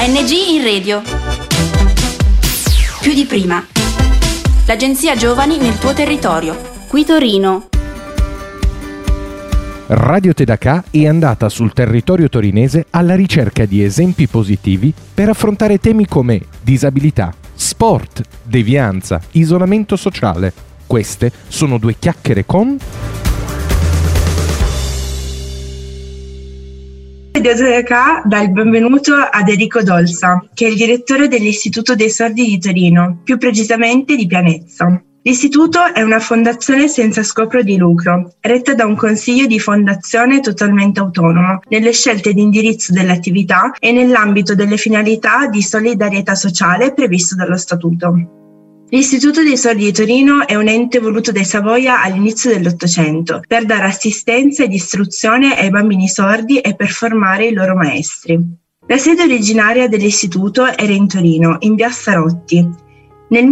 ANG in radio. Più di prima. L'agenzia Giovani nel tuo territorio. Qui Torino. Radio Tedacà è andata sul territorio torinese alla ricerca di esempi positivi per affrontare temi come disabilità, sport, devianza, isolamento sociale. Queste sono due chiacchiere con... Radio Tedacà dà il benvenuto ad Enrico Dolza, che è il direttore dell'Istituto dei Sordi di Torino, più precisamente di Pianezza. L'istituto è una fondazione senza scopo di lucro, retta da un consiglio di fondazione totalmente autonomo nelle scelte di indirizzo dell'attività e nell'ambito delle finalità di solidarietà sociale previsto dallo Statuto. L'Istituto dei Sordi di Torino è un ente voluto dai Savoia all'inizio dell'Ottocento per dare assistenza ed istruzione ai bambini sordi e per formare i loro maestri. La sede originaria dell'istituto era in Torino, in via Sarotti. Nel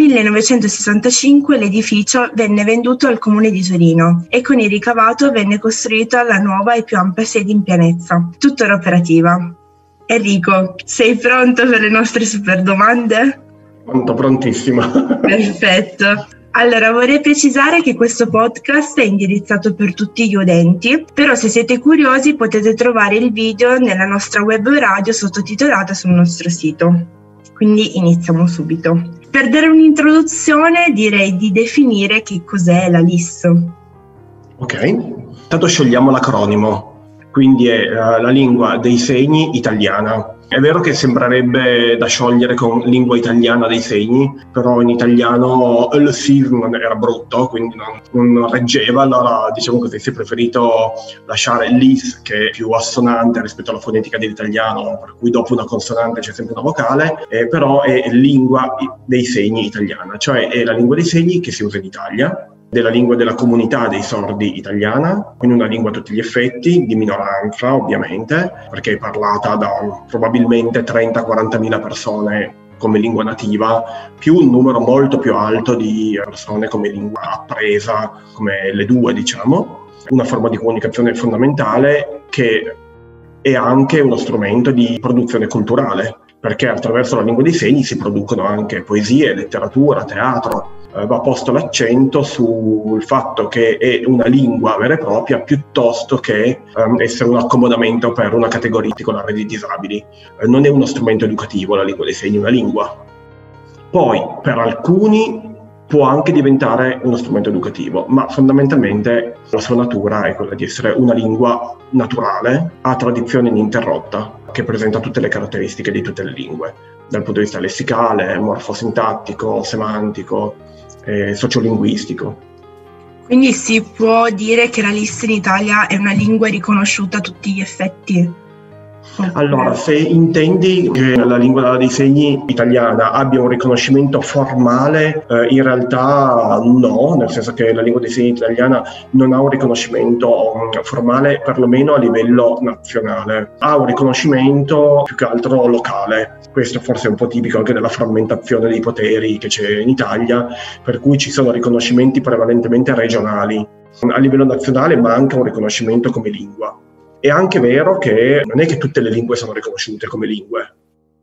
1965 l'edificio venne venduto al Comune di Torino e con il ricavato venne costruita la nuova e più ampia sede in Pianezza, tuttora operativa. Enrico, sei pronto per le nostre super domande? Prontissima. Perfetto. Allora, vorrei precisare che questo podcast è indirizzato per tutti gli udenti, però se siete curiosi potete trovare il video nella nostra web radio sottotitolata sul nostro sito. Quindi iniziamo subito. Per dare un'introduzione direi di definire che cos'è la LIS. Ok, intanto scegliamo l'acronimo, quindi è la lingua dei segni italiana. È vero che sembrerebbe da sciogliere con lingua italiana dei segni, però in italiano il SIR non era brutto, quindi non reggeva, allora diciamo così si è preferito lasciare l'IS, che è più assonante rispetto alla fonetica dell'italiano, per cui dopo una consonante c'è sempre una vocale, però è lingua dei segni italiana, cioè è la lingua dei segni che si usa in Italia, della lingua della comunità dei sordi italiana, quindi una lingua a tutti gli effetti, di minoranza ovviamente, perché è parlata da probabilmente 30-40.000 persone come lingua nativa, più un numero molto più alto di persone come lingua appresa, come le due diciamo, una forma di comunicazione fondamentale che è anche uno strumento di produzione culturale, perché attraverso la lingua dei segni si producono anche poesie, letteratura, teatro. Va posto l'accento sul fatto che è una lingua vera e propria piuttosto che essere un accomodamento per una categoria particolare di disabili. Non è uno strumento educativo la lingua dei segni, è una lingua. Poi per alcuni può anche diventare uno strumento educativo, ma fondamentalmente la sua natura è quella di essere una lingua naturale, a tradizione ininterrotta, che presenta tutte le caratteristiche di tutte le lingue, dal punto di vista lessicale, morfosintattico, semantico, sociolinguistico. Quindi si può dire che la LIS in Italia è una lingua riconosciuta a tutti gli effetti? Allora, se intendi che la lingua dei segni italiana abbia un riconoscimento formale, in realtà no, nel senso che la lingua dei segni italiana non ha un riconoscimento formale, perlomeno a livello nazionale. Ha un riconoscimento più che altro locale. Questo forse è un po' tipico anche della frammentazione dei poteri che c'è in Italia, per cui ci sono riconoscimenti prevalentemente regionali. A livello nazionale manca un riconoscimento come lingua. È anche vero che non è che tutte le lingue sono riconosciute come lingue,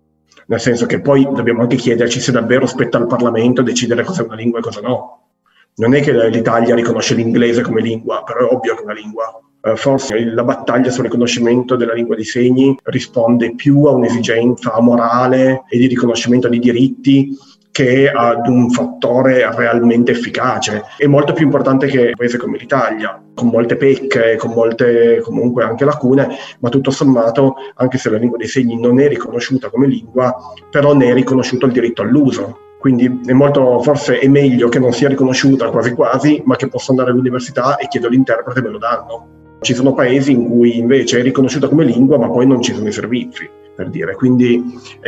nel senso che poi dobbiamo anche chiederci se davvero spetta al Parlamento decidere cosa è una lingua e cosa no. Non è che l'Italia riconosce l'inglese come lingua, però è ovvio che è una lingua. Forse la battaglia sul riconoscimento della lingua dei segni risponde più a un'esigenza morale e di riconoscimento di diritti che ad un fattore realmente efficace. È molto più importante che un paese come l'Italia, con molte pecche, con molte comunque anche lacune, ma tutto sommato, anche se la lingua dei segni non è riconosciuta come lingua, però ne è riconosciuto il diritto all'uso. Quindi forse è meglio che non sia riconosciuta quasi quasi, ma che posso andare all'università e chiedo l'interprete e me lo danno. Ci sono paesi in cui invece è riconosciuta come lingua, ma poi non ci sono i servizi, per dire. Quindi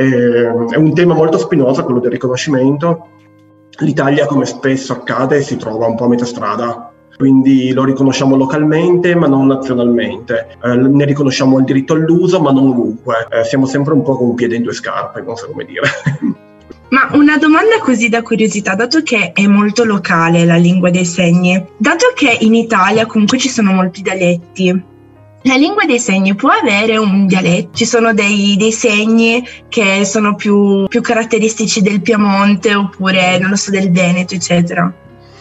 è un tema molto spinoso quello del riconoscimento. L'Italia, come spesso accade, si trova un po' a metà strada. Quindi lo riconosciamo localmente ma non nazionalmente, ne riconosciamo il diritto all'uso ma non ovunque, siamo sempre un po' con un piede in due scarpe, non so come dire. Ma una domanda così da curiosità, dato che è molto locale la lingua dei segni, dato che in Italia comunque ci sono molti dialetti, La lingua dei segni può avere un dialetto, ci sono dei segni che sono più caratteristici del Piemonte oppure, non lo so, del Veneto, eccetera.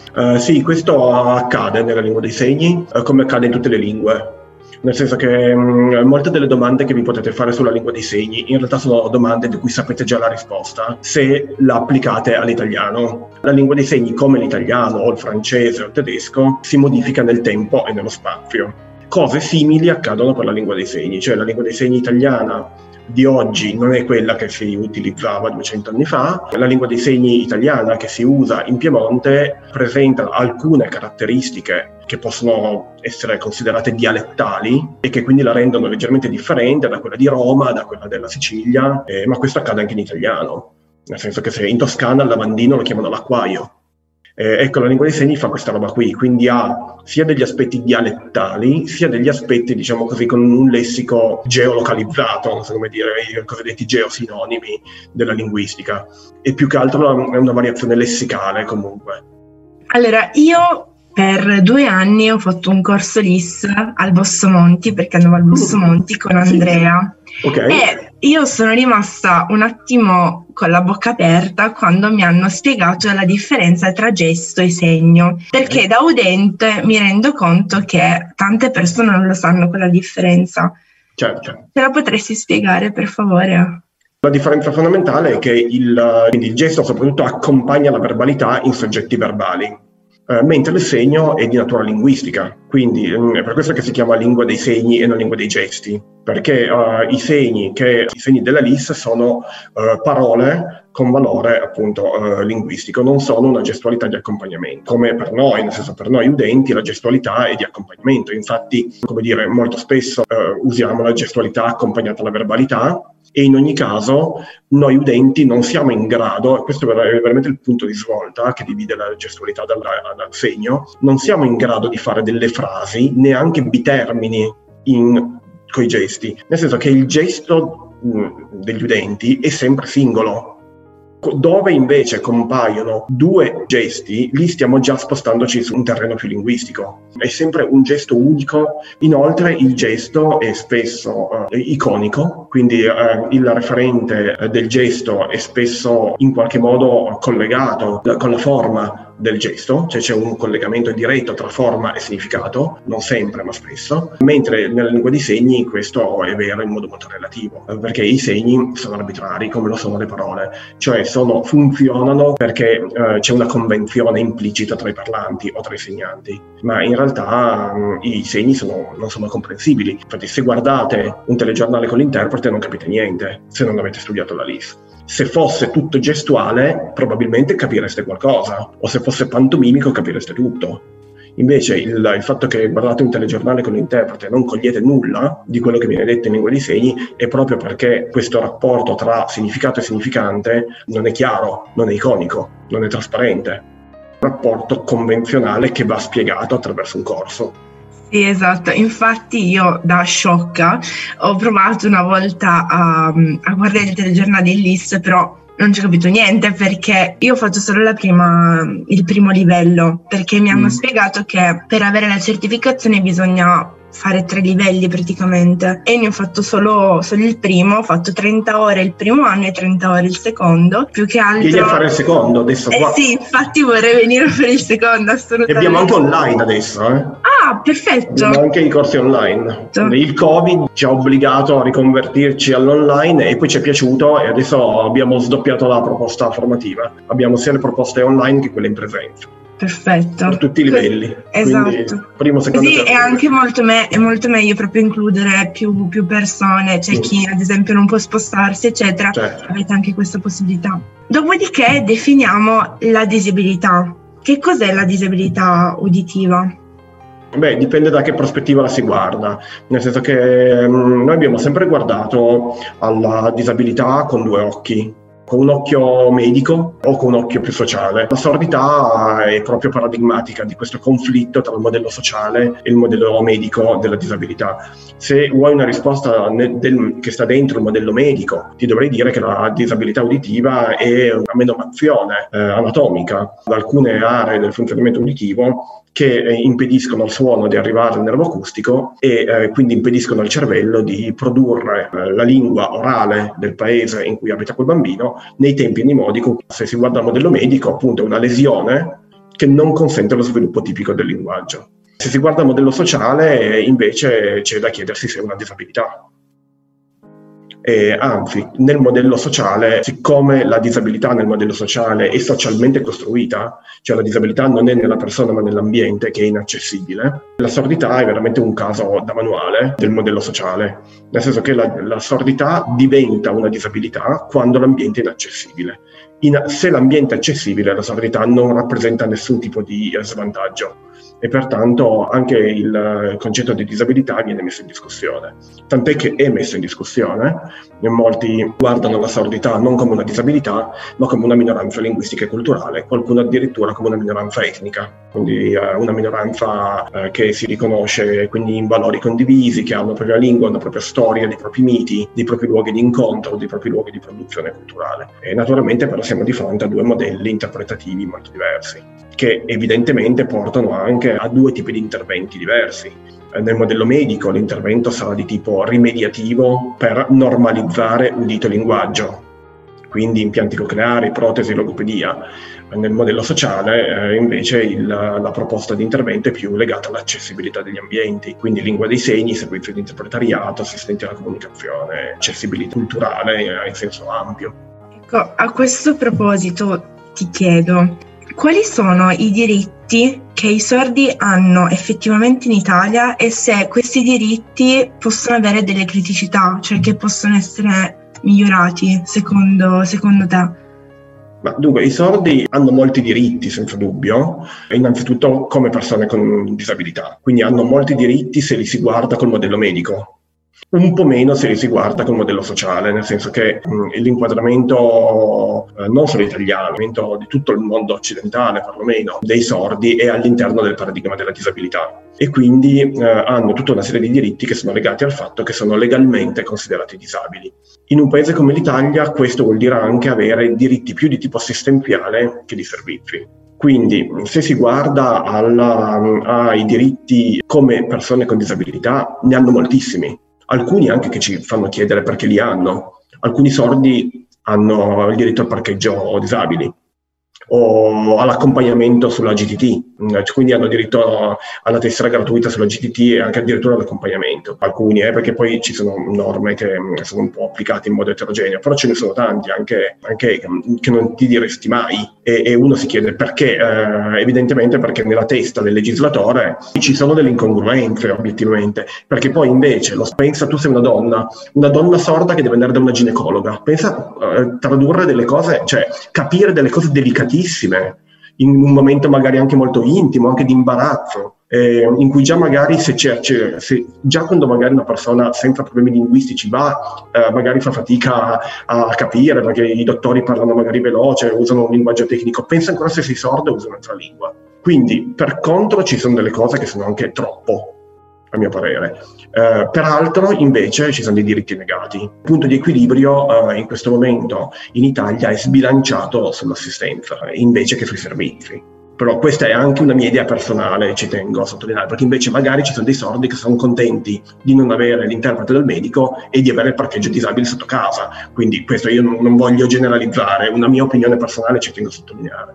Sì, questo accade nella lingua dei segni, come accade in tutte le lingue. Nel senso che molte delle domande che vi potete fare sulla lingua dei segni in realtà sono domande di cui sapete già la risposta se la applicate all'italiano. La lingua dei segni, come l'italiano o il francese o il tedesco, si modifica nel tempo e nello spazio. Cose simili accadono per la lingua dei segni, cioè la lingua dei segni italiana di oggi non è quella che si utilizzava 200 anni fa. La lingua dei segni italiana che si usa in Piemonte presenta alcune caratteristiche che possono essere considerate dialettali e che quindi la rendono leggermente differente da quella di Roma, da quella della Sicilia, ma questo accade anche in italiano, nel senso che se in Toscana il lavandino lo chiamano l'acquaio. Ecco, la lingua dei segni fa questa roba qui, quindi ha sia degli aspetti dialettali, sia degli aspetti, diciamo così, con un lessico geolocalizzato, non so come dire, i cosiddetti geosinonimi della linguistica. E più che altro è una variazione lessicale comunque. Allora, io per 2 anni ho fatto un corso LIS al Bossomonti, perché andavo al Bossomonti con Andrea. Okay. E io sono rimasta un attimo con la bocca aperta quando mi hanno spiegato la differenza tra gesto e segno, perché da udente mi rendo conto che tante persone non lo sanno quella differenza. Certo. Te la potresti spiegare, per favore? La differenza fondamentale è che quindi il gesto soprattutto accompagna la verbalità in soggetti verbali. Mentre il segno è di natura linguistica, quindi è per questo che si chiama lingua dei segni e non lingua dei gesti, perché i segni della LIS sono parole con valore appunto linguistico, non sono una gestualità di accompagnamento, come per noi, nel senso per noi udenti la gestualità è di accompagnamento, infatti come dire molto spesso usiamo la gestualità accompagnata alla verbalità. E in ogni caso noi udenti non siamo in grado, e questo è veramente il punto di svolta che divide la gestualità dal segno, non siamo in grado di fare delle frasi, neanche bitermini coi gesti, nel senso che il gesto degli udenti è sempre singolo. Dove invece compaiono 2 gesti, lì stiamo già spostandoci su un terreno più linguistico. È sempre un gesto unico. Inoltre il gesto è spesso iconico, quindi il referente del gesto è spesso in qualche modo collegato con la forma del gesto, cioè c'è un collegamento diretto tra forma e significato, non sempre ma spesso, mentre nella lingua dei segni questo è vero in modo molto relativo, perché i segni sono arbitrari come lo sono le parole, cioè funzionano perché c'è una convenzione implicita tra i parlanti o tra i segnanti, ma in realtà i segni non sono comprensibili. Infatti se guardate un telegiornale con l'interprete non capite niente se non avete studiato la LIS. Se fosse tutto gestuale probabilmente capireste qualcosa, o se fosse pantomimico capireste tutto. Invece il fatto che guardate un telegiornale con l'interprete e non cogliete nulla di quello che viene detto in lingua dei segni è proprio perché questo rapporto tra significato e significante non è chiaro, non è iconico, non è trasparente. Un rapporto convenzionale che va spiegato attraverso un corso. Sì, esatto. Infatti io da sciocca ho provato una volta a guardare il telegiornale in LIS, però non ci ho capito niente perché io ho fatto solo il primo livello, perché mi hanno spiegato che per avere la certificazione bisogna fare 3 livelli praticamente, e ne ho fatto solo il primo. Ho fatto 30 ore il primo anno e 30 ore il secondo, più che altro. Vieni a fare il secondo adesso qua. Sì, infatti vorrei venire a fare il secondo, assolutamente. E abbiamo anche online adesso, Ah, perfetto. Abbiamo anche i corsi online. Il Covid ci ha obbligato a riconvertirci all'online e poi ci è piaciuto e adesso abbiamo sdoppiato la proposta formativa. Abbiamo sia le proposte online che quelle in presenza. Perfetto. Per tutti i livelli. Esatto. Quindi, primo, secondo, sì, terzo. È anche molto meglio proprio includere più persone, c'è chi ad esempio non può spostarsi, eccetera. Certo. Avete anche questa possibilità. Dopodiché definiamo la disabilità. Che cos'è la disabilità uditiva? Beh, dipende da che prospettiva la si guarda, nel senso che noi abbiamo sempre guardato alla disabilità con 2 occhi. Con un occhio medico o con un occhio più sociale. La sordità è proprio paradigmatica di questo conflitto tra il modello sociale e il modello medico della disabilità. Se vuoi una risposta che sta dentro il modello medico, ti dovrei dire che la disabilità uditiva è una menomazione anatomica. Alcune aree del funzionamento uditivo che impediscono al suono di arrivare al nervo acustico e quindi impediscono al cervello di produrre la lingua orale del paese in cui abita quel bambino nei tempi e nei modi con cui, se si guarda il modello medico, appunto è una lesione che non consente lo sviluppo tipico del linguaggio. Se si guarda il modello sociale, invece c'è da chiedersi se è una disabilità. Anzi, nel modello sociale, siccome la disabilità nel modello sociale è socialmente costruita, cioè la disabilità non è nella persona ma nell'ambiente che è inaccessibile, la sordità è veramente un caso da manuale del modello sociale, nel senso che la sordità diventa una disabilità quando l'ambiente è inaccessibile. Se l'ambiente è accessibile, la sordità non rappresenta nessun tipo di svantaggio. E pertanto anche il concetto di disabilità viene messo in discussione. Tant'è che è messo in discussione, molti guardano la sordità non come una disabilità, ma come una minoranza linguistica e culturale, qualcuno addirittura come una minoranza etnica, quindi una minoranza che si riconosce quindi in valori condivisi, che ha una propria lingua, una propria storia, dei propri miti, dei propri luoghi di incontro, dei propri luoghi di produzione culturale. E naturalmente però siamo di fronte a due modelli interpretativi molto diversi, che evidentemente portano anche a due tipi di interventi diversi. Nel modello medico l'intervento sarà di tipo rimediativo per normalizzare udito e linguaggio, quindi impianti cocleari, protesi, logopedia. Nel modello sociale invece la proposta di intervento è più legata all'accessibilità degli ambienti, quindi lingua dei segni, servizio di interpretariato, assistenti alla comunicazione, accessibilità culturale in senso ampio. Ecco, a questo proposito ti chiedo, quali sono i diritti che i sordi hanno effettivamente in Italia e se questi diritti possono avere delle criticità, cioè che possono essere migliorati secondo te? Ma dunque, i sordi hanno molti diritti, senza dubbio, innanzitutto come persone con disabilità, quindi hanno molti diritti se li si guarda col modello medico. Un po' meno se li si guarda col modello sociale, nel senso che l'inquadramento non solo italiano, di tutto il mondo occidentale perlomeno, dei sordi è all'interno del paradigma della disabilità e quindi hanno tutta una serie di diritti che sono legati al fatto che sono legalmente considerati disabili. In un paese come l'Italia questo vuol dire anche avere diritti più di tipo assistenziale che di servizi. Quindi se si guarda ai diritti come persone con disabilità, ne hanno moltissimi. Alcuni anche che ci fanno chiedere perché li hanno. Alcuni sordi hanno il diritto al parcheggio disabili o all'accompagnamento sulla GTT, quindi hanno diritto alla tessera gratuita sulla GTT e anche addirittura all'accompagnamento. Alcuni, perché poi ci sono norme che sono un po' applicate in modo eterogeneo, però ce ne sono tanti anche che non ti diresti mai e uno si chiede perché, evidentemente perché nella testa del legislatore ci sono delle incongruenze obiettivamente, perché poi invece pensa tu sei una donna sorda che deve andare da una ginecologa, pensa tradurre delle cose, cioè capire delle cose delicatissime in un momento magari anche molto intimo, anche di imbarazzo, in cui già magari già quando magari una persona senza problemi linguistici magari fa fatica a capire perché i dottori parlano magari veloce, usano un linguaggio tecnico, pensa ancora se sei sordo e usa un'altra lingua. Quindi per contro ci sono delle cose che sono anche troppo, a mio parere. Peraltro invece ci sono dei diritti negati. Il punto di equilibrio in questo momento in Italia è sbilanciato sull'assistenza invece che sui servizi. Però questa è anche una mia idea personale, ci tengo a sottolineare, perché invece magari ci sono dei sordi che sono contenti di non avere l'interprete del medico e di avere il parcheggio disabile sotto casa. Quindi questo io non voglio generalizzare, una mia opinione personale ci tengo a sottolineare.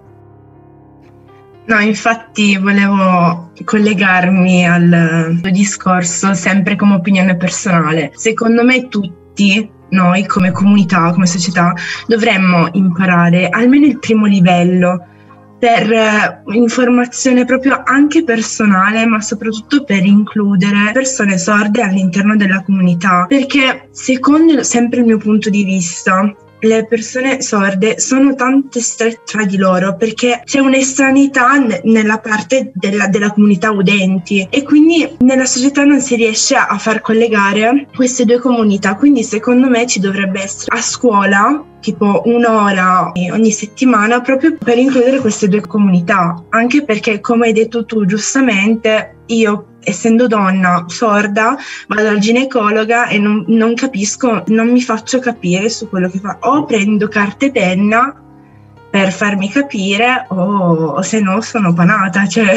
No, infatti volevo collegarmi al tuo discorso sempre come opinione personale. Secondo me tutti noi come comunità, come società, dovremmo imparare almeno il primo livello per informazione proprio anche personale, ma soprattutto per includere persone sorde all'interno della comunità. Perché secondo sempre il mio punto di vista, le persone sorde sono tanto strette tra di loro perché c'è un'estraneità nella parte della comunità udenti e quindi nella società non si riesce a far collegare queste due comunità. Quindi secondo me ci dovrebbe essere a scuola tipo un'ora ogni settimana proprio per includere queste due comunità, anche perché come hai detto tu giustamente, io essendo donna sorda vado dal ginecologa e non capisco, non mi faccio capire su quello che fa, o prendo carta e penna per farmi capire o se no sono panata, cioè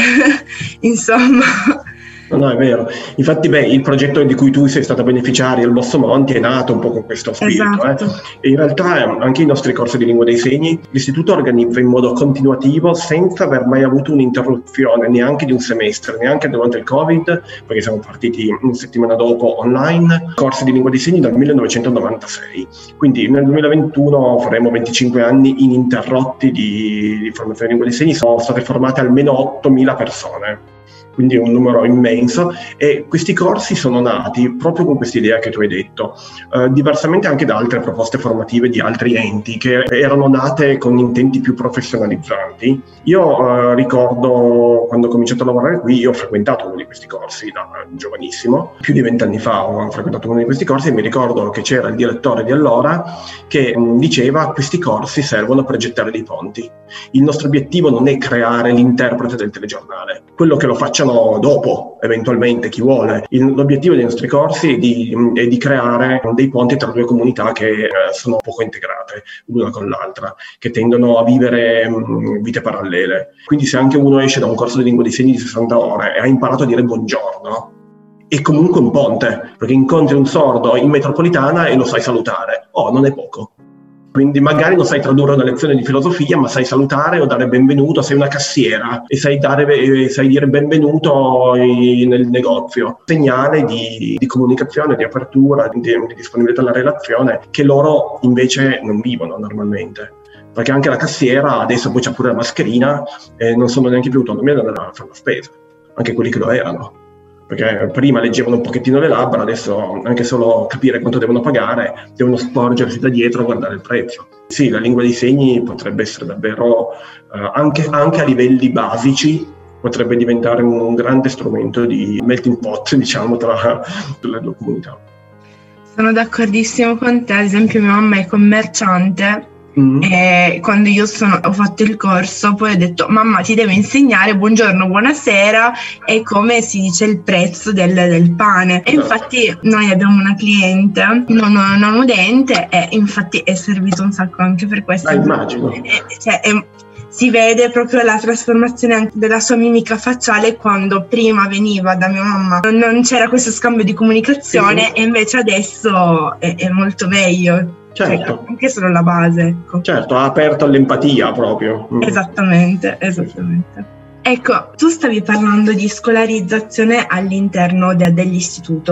insomma. No, è vero. Infatti, il progetto di cui tu sei stata beneficiaria, il Bosso Monti, è nato un po' con questo spirito. Esatto. E in realtà anche i nostri corsi di lingua dei segni, l'istituto organizza in modo continuativo, senza aver mai avuto un'interruzione, neanche di un semestre, neanche durante il Covid, perché siamo partiti una settimana dopo online, corsi di lingua dei segni dal 1996. Quindi nel 2021 faremo 25 anni ininterrotti di formazione di lingua dei segni. Sono state formate almeno 8.000 persone. Quindi un numero immenso, e questi corsi sono nati proprio con questa idea che tu hai detto, diversamente anche da altre proposte formative di altri enti che erano nate con intenti più professionalizzanti. Io ricordo quando ho cominciato a lavorare qui, io ho frequentato uno di questi corsi da giovanissimo, più di 20 anni fa ho frequentato uno di questi corsi, e mi ricordo che c'era il direttore di allora che diceva: questi corsi servono per gettare dei ponti. Il nostro obiettivo non è creare l'interprete del telegiornale, quello che lo facciano dopo, eventualmente, chi vuole. L'obiettivo dei nostri corsi è di creare dei ponti tra due comunità che sono poco integrate l'una con l'altra, che tendono a vivere vite parallele. Quindi se anche uno esce da un corso di lingua dei segni di 60 ore e ha imparato a dire buongiorno, è comunque un ponte, perché incontri un sordo in metropolitana e lo sai salutare. Non è poco. Quindi magari non sai tradurre una lezione di filosofia, ma sai salutare o dare benvenuto, sei una cassiera e sai dire benvenuto nel negozio. Segnale di comunicazione, di apertura, di disponibilità alla relazione, che loro invece non vivono normalmente. Perché anche la cassiera adesso poi c'ha pure la mascherina e non sono neanche più autonomi ad andare a fare la spesa, anche quelli che lo erano. Perché prima leggevano un pochettino le labbra, adesso anche solo capire quanto devono pagare, devono sporgersi da dietro a guardare il prezzo. Sì, la lingua dei segni potrebbe essere davvero, anche a livelli basici, potrebbe diventare un grande strumento di melting pot, diciamo, tra le due comunità. Sono d'accordissimo con te. Ad esempio mia mamma è commerciante. E quando io ho fatto il corso, poi ho detto: mamma, ti devo insegnare buongiorno, buonasera e come si dice il prezzo del pane. E infatti noi abbiamo una cliente non udente, e infatti è servito un sacco anche per questo. Immagino. Si vede proprio la trasformazione anche della sua mimica facciale, quando prima veniva da mia mamma non c'era questo scambio di comunicazione, e invece adesso è molto meglio. Certo. Anche solo la base, ecco. Certo, ha aperto all'empatia proprio. Esattamente. Ecco, tu stavi parlando di scolarizzazione all'interno dell'istituto.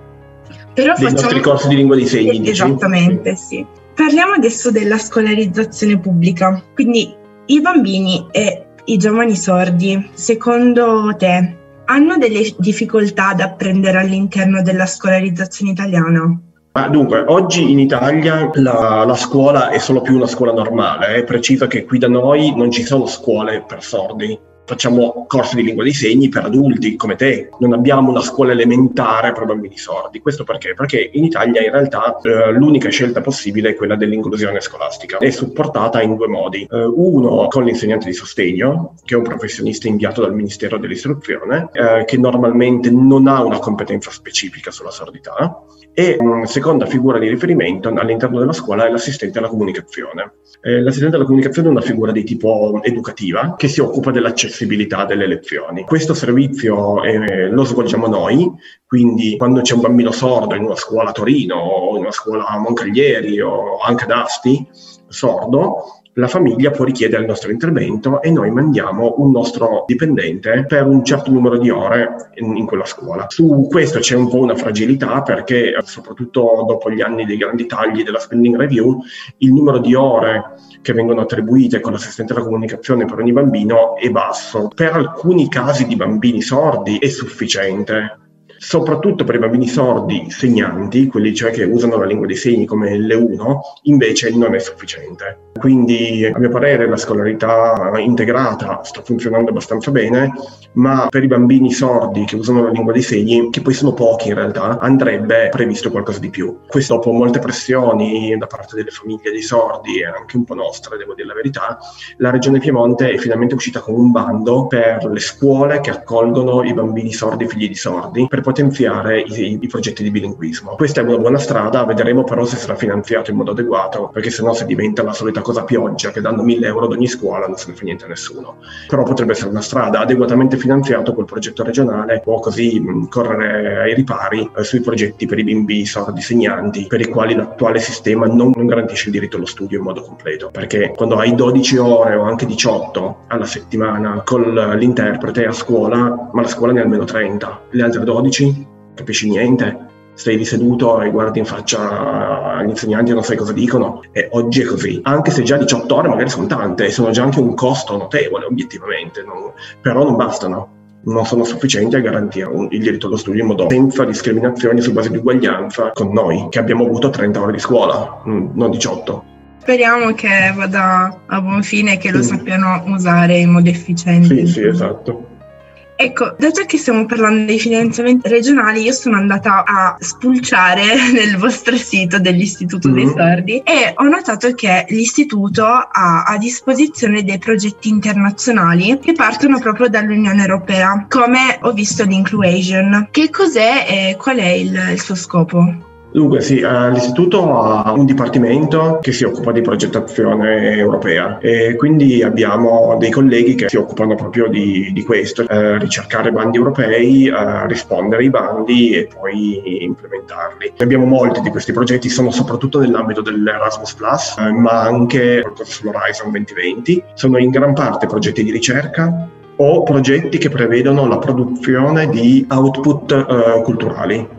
Però dei nostri corsi di lingua dei segni. Esattamente, sì. Parliamo adesso della scolarizzazione pubblica. Quindi i bambini e i giovani sordi, secondo te, hanno delle difficoltà ad apprendere all'interno della scolarizzazione italiana? Dunque, oggi in Italia la scuola è solo più una scuola normale. È preciso che qui da noi non ci sono scuole per sordi. Facciamo corsi di lingua dei segni per adulti come te, non abbiamo una scuola elementare per bambini sordi. Questo perché? Perché in Italia in realtà l'unica scelta possibile è quella dell'inclusione scolastica. È supportata in due modi. Uno con l'insegnante di sostegno, che è un professionista inviato dal Ministero dell'Istruzione, che normalmente non ha una competenza specifica sulla sordità. E seconda figura di riferimento all'interno della scuola è l'assistente alla comunicazione. L'assistente alla comunicazione è una figura di tipo educativa che si occupa dell'accessibilità delle lezioni. Questo servizio lo svolgiamo noi, quindi quando c'è un bambino sordo in una scuola a Torino o in una scuola a Moncaglieri o anche ad Asti, sordo, la famiglia può richiedere il nostro intervento e noi mandiamo un nostro dipendente per un certo numero di ore in quella scuola. Su questo c'è un po' una fragilità, perché soprattutto dopo gli anni dei grandi tagli della spending review, il numero di ore che vengono attribuite con l'assistente alla comunicazione per ogni bambino è basso. Per alcuni casi di bambini sordi è sufficiente. Soprattutto per i bambini sordi segnanti, quelli cioè che usano la lingua dei segni come l'E1, invece non è sufficiente. Quindi, a mio parere, la scolarità integrata sta funzionando abbastanza bene, ma per i bambini sordi che usano la lingua dei segni, che poi sono pochi in realtà, andrebbe previsto qualcosa di più. Questo dopo molte pressioni da parte delle famiglie dei sordi e anche un po' nostre, devo dire la verità, la Regione Piemonte è finalmente uscita con un bando per le scuole che accolgono i bambini sordi figli di sordi, per potenziare i progetti di bilinguismo. Questa è una buona strada, vedremo però se sarà finanziato in modo adeguato, perché sennò se diventa la solita cosa pioggia che danno 1.000 euro ad ogni scuola non se ne fa niente a nessuno. Però potrebbe essere una strada adeguatamente finanziato quel progetto regionale, può così correre ai ripari sui progetti per i bimbi sordi segnanti, per i quali l'attuale sistema non garantisce il diritto allo studio in modo completo, perché quando hai 12 ore o anche 18 alla settimana con l'interprete a scuola, ma la scuola ne ha almeno 30, le altre 12 capisci niente, stai lì seduto e guardi in faccia agli insegnanti e non sai cosa dicono, e oggi è così, anche se già 18 ore magari sono tante e sono già anche un costo notevole obiettivamente, però non bastano, non sono sufficienti a garantire il diritto allo studio in modo senza discriminazioni su base di uguaglianza con noi che abbiamo avuto 30 ore di scuola, non 18. Speriamo che vada a buon fine e che lo sappiano usare in modo efficiente. Sì, esatto. Ecco, dato che stiamo parlando dei finanziamenti regionali, io sono andata a spulciare nel vostro sito dell'Istituto dei Sordi e ho notato che l'Istituto ha a disposizione dei progetti internazionali che partono proprio dall'Unione Europea, come ho visto l'Inclusion. Che cos'è e qual è il suo scopo? Dunque sì, l'istituto ha un dipartimento che si occupa di progettazione europea e quindi abbiamo dei colleghi che si occupano proprio di questo, ricercare bandi europei, rispondere ai bandi e poi implementarli. Abbiamo molti di questi progetti, sono soprattutto nell'ambito dell'Erasmus+, ma anche sull'Horizon 2020, sono in gran parte progetti di ricerca o progetti che prevedono la produzione di output culturali,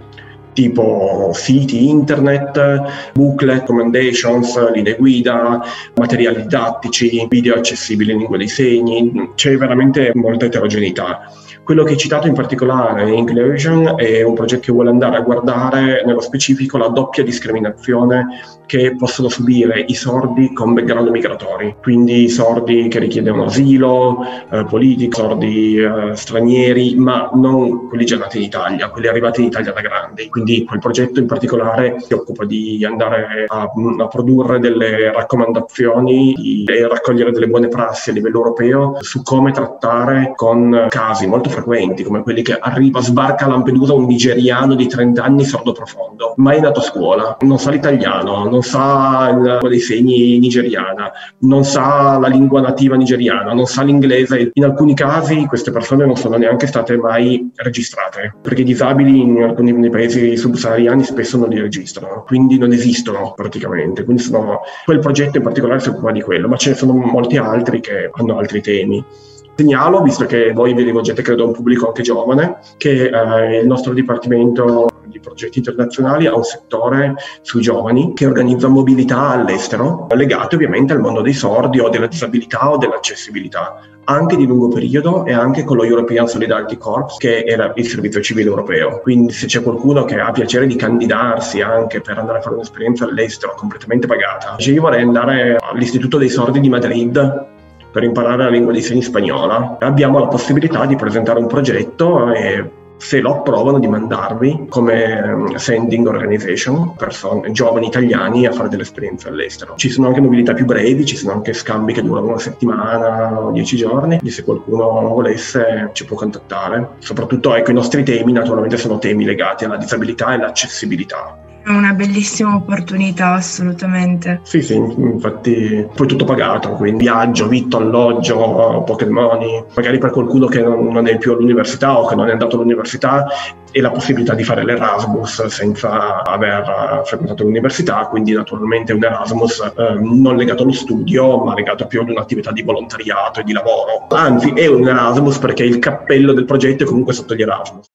tipo siti internet, booklet, recommendations, linee guida, materiali didattici, video accessibili in lingua dei segni, c'è veramente molta eterogeneità. Quello che hai citato in particolare, Inclusion, è un progetto che vuole andare a guardare nello specifico la doppia discriminazione che possono subire i sordi con background migratori, quindi i sordi che richiedono asilo, politico, sordi stranieri, ma non quelli già nati in Italia, quelli arrivati in Italia da grandi. Quindi quel progetto in particolare si occupa di andare a produrre delle raccomandazioni e raccogliere delle buone prassi a livello europeo su come trattare con casi molto frequenti come quelli che sbarca a Lampedusa un nigeriano di 30 anni sordo profondo, mai nato a scuola, non sa l'italiano, non sa la lingua dei segni nigeriana, non sa la lingua nativa nigeriana, non sa l'inglese. In alcuni casi queste persone non sono neanche state mai registrate, perché i disabili in alcuni dei paesi subsahariani spesso non li registrano, quindi non esistono praticamente. Quindi quel progetto in particolare si occupa di quello, ma ce ne sono molti altri che hanno altri temi. Segnalo, visto che voi vi rivolgete credo a un pubblico anche giovane, che il nostro Dipartimento di Progetti Internazionali ha un settore sui giovani che organizza mobilità all'estero, legate ovviamente al mondo dei sordi o della disabilità o dell'accessibilità, anche di lungo periodo e anche con lo European Solidarity Corps, che è il servizio civile europeo. Quindi se c'è qualcuno che ha piacere di candidarsi anche per andare a fare un'esperienza all'estero completamente pagata, io vorrei andare all'Istituto dei Sordi di Madrid per imparare la lingua dei segni spagnola, abbiamo la possibilità di presentare un progetto e se lo approvano di mandarvi come sending organization persone, giovani italiani a fare delle esperienze all'estero. Ci sono anche mobilità più brevi, ci sono anche scambi che durano una settimana o 10 giorni e se qualcuno volesse ci può contattare. Soprattutto i nostri temi naturalmente sono temi legati alla disabilità e all'accessibilità. È una bellissima opportunità, assolutamente. Sì, infatti poi tutto pagato, quindi viaggio, vitto, alloggio, pocket money, magari per qualcuno che non è più all'università o che non è andato all'università e la possibilità di fare l'Erasmus senza aver frequentato l'università, quindi naturalmente un Erasmus non legato allo studio ma legato più ad un'attività di volontariato e di lavoro. Anzi è un Erasmus perché il cappello del progetto è comunque sotto gli Erasmus.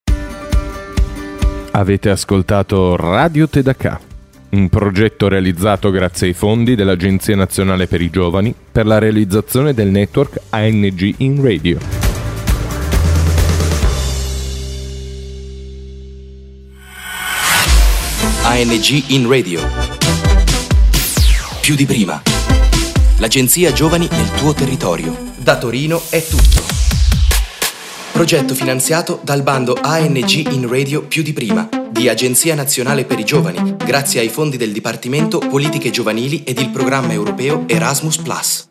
Avete ascoltato Radio Tedaka, un progetto realizzato grazie ai fondi dell'Agenzia Nazionale per i Giovani per la realizzazione del network ANG in Radio. ANG in Radio. Più di prima. L'Agenzia Giovani nel tuo territorio. Da Torino è tutto. Progetto finanziato dal bando ANG in Radio Più di Prima di Agenzia Nazionale per i Giovani, grazie ai fondi del Dipartimento Politiche Giovanili ed il programma europeo Erasmus+.